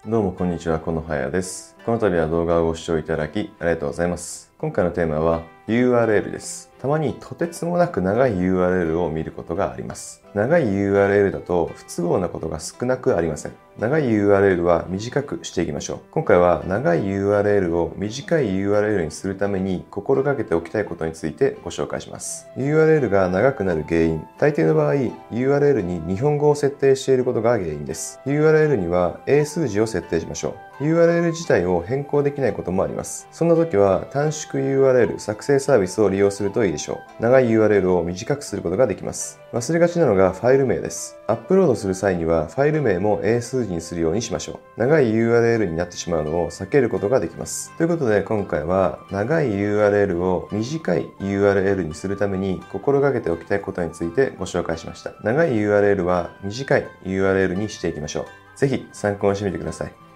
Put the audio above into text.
どうもこんにちは、このはやです。この度は動画をご視聴いただきありがとうございます。今回のテーマは URL です。たまにとてつもなく長い URL を見ることがあります。長い URL だと不都合なことが少なくありません。長い URL は短くしていきましょう。今回は長い URL を短い URL にするために心がけておきたいことについてご紹介します。URL が長くなる原因。大抵の場合、URL に日本語を設定していることが原因です。URL には英数字を設定しましょう。URL 自体を変更できないこともあります。そんな時は短縮 URL 作成サービスを利用するといいでしょう。長い URL を短くすることができます。忘れがちなのがファイル名です。アップロードする際にはファイル名も英数字にするようにしましょう。長い URL になってしまうのを避けることができます。ということで今回は長い URL を短い URL にするために心がけておきたいことについてご紹介しました。長い URL は短い URL にしていきましょう。ぜひ参考にしてみてください。